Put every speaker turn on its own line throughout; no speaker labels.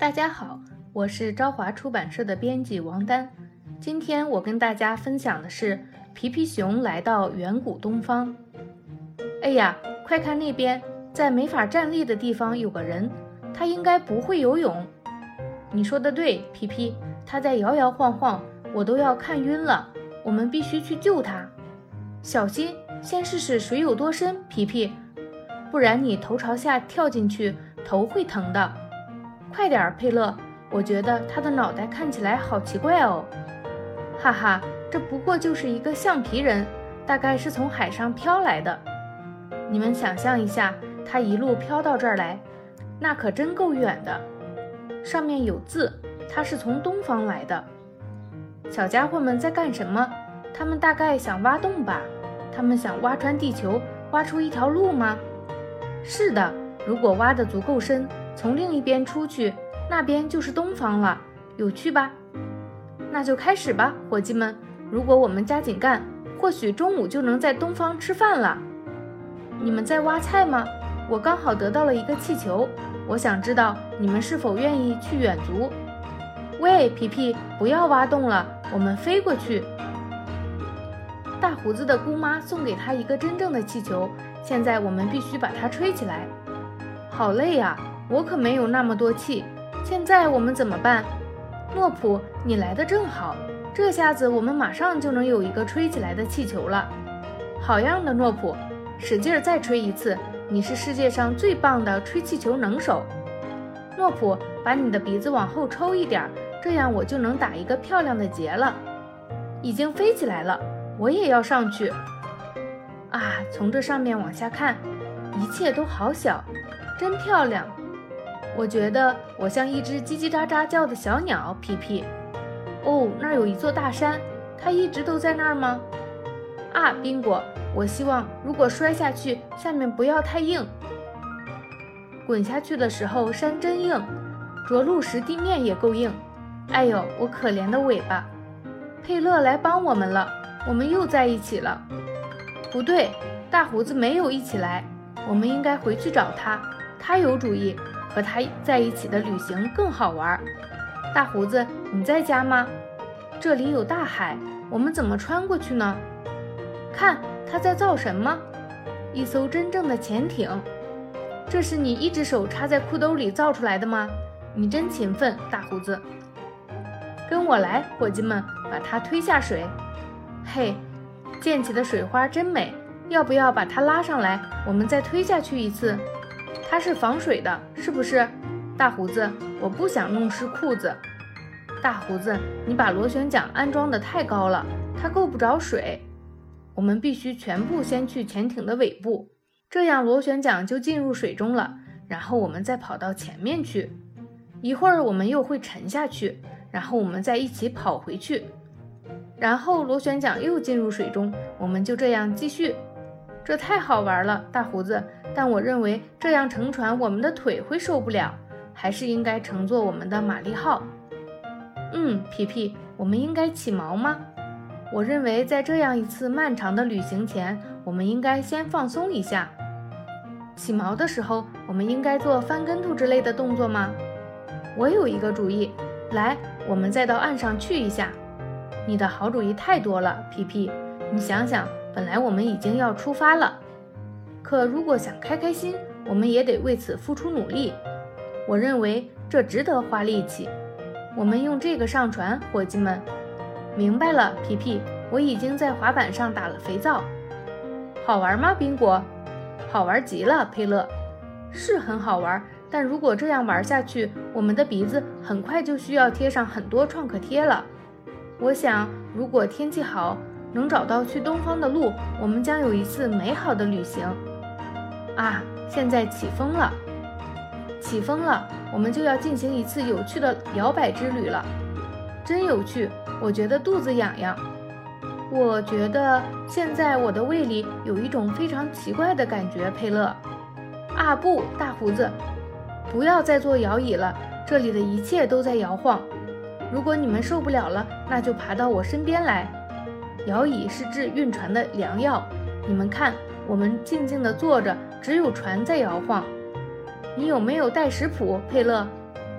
大家好，我是朝华出版社的编辑王丹。今天我跟大家分享的是皮皮熊来到远古东方。哎呀，快看那边，在没法站立的地方有个人，他应该不会游泳。你说的对，皮皮，他在摇摇晃晃，我都要看晕了，我们必须去救他。小心，先试试水有多深，皮皮，不然你头朝下跳进去，头会疼的。快点，佩勒，我觉得他的脑袋看起来好奇怪哦。哈哈，这不过就是一个橡皮人，大概是从海上飘来的。你们想象一下，他一路飘到这儿来，那可真够远的。上面有字，他是从东方来的。小家伙们在干什么？他们大概想挖洞吧？他们想挖穿地球，挖出一条路吗？是的，如果挖得足够深，从另一边出去，那边就是东方了，有趣吧？那就开始吧，伙计们。如果我们加紧干，或许中午就能在东方吃饭了。你们在挖菜吗？我刚好得到了一个气球，我想知道你们是否愿意去远足。喂，皮皮，不要挖洞了，我们飞过去。大胡子的姑妈送给他一个真正的气球，现在我们必须把它吹起来。好累呀，我可没有那么多气。现在我们怎么办？诺普，你来得正好，这下子我们马上就能有一个吹起来的气球了。好样的，诺普，使劲再吹一次，你是世界上最棒的吹气球能手。诺普，把你的鼻子往后抽一点，这样我就能打一个漂亮的结了。已经飞起来了，我也要上去。啊，从这上面往下看，一切都好小，真漂亮。我觉得我像一只叽叽喳喳叫的小鸟，皮皮。哦，那儿有一座大山，它一直都在那儿吗？啊，宾果，我希望如果摔下去，下面不要太硬。滚下去的时候山真硬，着陆时地面也够硬。哎呦，我可怜的尾巴。佩勒来帮我们了，我们又在一起了。不对，大胡子没有一起来，我们应该回去找他，他有主意，和他在一起的旅行更好玩。大胡子，你在家吗？这里有大海，我们怎么穿过去呢？看，他在造什么？一艘真正的潜艇。这是你一只手插在裤兜里造出来的吗？你真勤奋，大胡子。跟我来，伙计们，把它推下水。嘿，溅起的水花真美，要不要把它拉上来，我们再推下去一次？它是防水的，是不是？大胡子，我不想弄湿裤子。大胡子，你把螺旋桨安装得太高了，它够不着水。我们必须全部先去潜艇的尾部，这样螺旋桨就进入水中了，然后我们再跑到前面去。一会儿我们又会沉下去，然后我们再一起跑回去，然后螺旋桨又进入水中，我们就这样继续。这太好玩了，大胡子，但我认为这样乘船我们的腿会受不了，还是应该乘坐我们的玛丽号。皮皮，我们应该起锚吗？我认为在这样一次漫长的旅行前，我们应该先放松一下。起锚的时候，我们应该做翻跟头之类的动作吗？我有一个主意，来，我们再到岸上去一下。你的好主意太多了，皮皮，你想想，本来我们已经要出发了，可如果想开开心，我们也得为此付出努力。我认为这值得花力气。我们用这个上船，伙计们。明白了，皮皮，我已经在滑板上打了肥皂。好玩吗，宾果？好玩极了，佩勒。是很好玩，但如果这样玩下去，我们的鼻子很快就需要贴上很多创可贴了。我想，如果天气好，能找到去东方的路，我们将有一次美好的旅行。啊，现在起风了，起风了，我们就要进行一次有趣的摇摆之旅了。真有趣，我觉得肚子痒痒。我觉得现在我的胃里有一种非常奇怪的感觉，佩勒。啊不，大胡子，不要再坐摇椅了，这里的一切都在摇晃。如果你们受不了了，那就爬到我身边来。摇椅是治晕船的良药。你们看，我们静静地坐着，只有船在摇晃。你有没有带食谱，佩勒？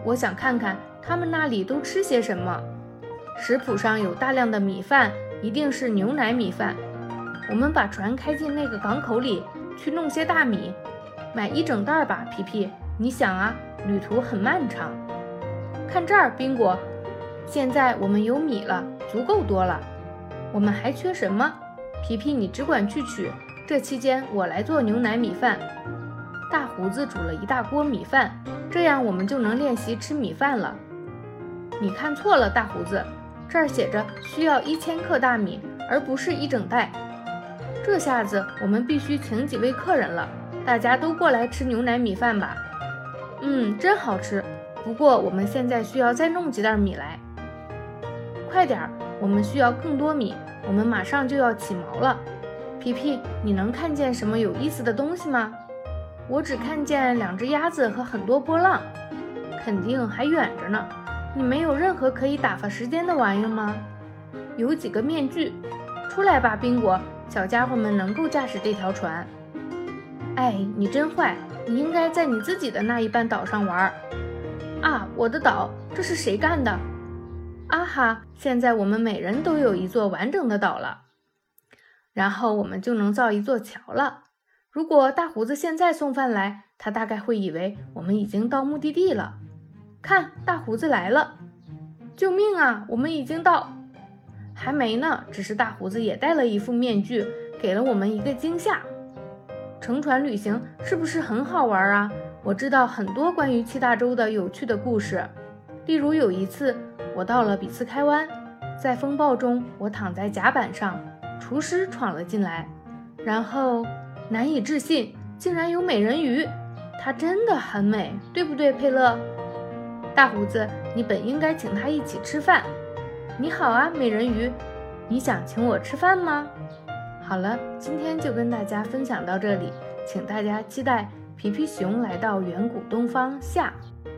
我想看看他们那里都吃些什么。食谱上有大量的米饭，一定是牛奶米饭。我们把船开进那个港口里，去弄些大米，买一整袋吧，皮皮。你想啊，旅途很漫长。看这儿，宾果，现在我们有米了，足够多了。我们还缺什么？皮皮，你只管去取，这期间我来做牛奶米饭。大胡子煮了一大锅米饭，这样我们就能练习吃米饭了。你看错了，大胡子，这儿写着需要1000克大米，而不是一整袋。这下子我们必须请几位客人了，大家都过来吃牛奶米饭吧。真好吃，不过我们现在需要再弄几袋米来。快点儿，我们需要更多米，我们马上就要起锚了。皮皮，你能看见什么有意思的东西吗？我只看见2只鸭子和很多波浪，肯定还远着呢。你没有任何可以打发时间的玩意吗？有几个面具。出来吧，宾果，小家伙们能够驾驶这条船。哎，你真坏，你应该在你自己的那一半岛上玩。啊，我的岛，这是谁干的？啊哈，现在我们每人都有一座完整的岛了。然后我们就能造一座桥了。如果大胡子现在送饭来，他大概会以为我们已经到目的地了。看，大胡子来了！救命啊，我们已经到……还没呢，只是大胡子也戴了一副面具，给了我们一个惊吓。乘船旅行是不是很好玩啊？我知道很多关于7大洲的有趣的故事。例如有一次，我到了比斯开湾，在风暴中，我躺在甲板上，厨师闯了进来，然后难以置信，竟然有美人鱼，她真的很美，对不对，佩勒？大胡子，你本应该请她一起吃饭。你好啊，美人鱼，你想请我吃饭吗？好了，今天就跟大家分享到这里，请大家期待皮皮熊来到远古东方下。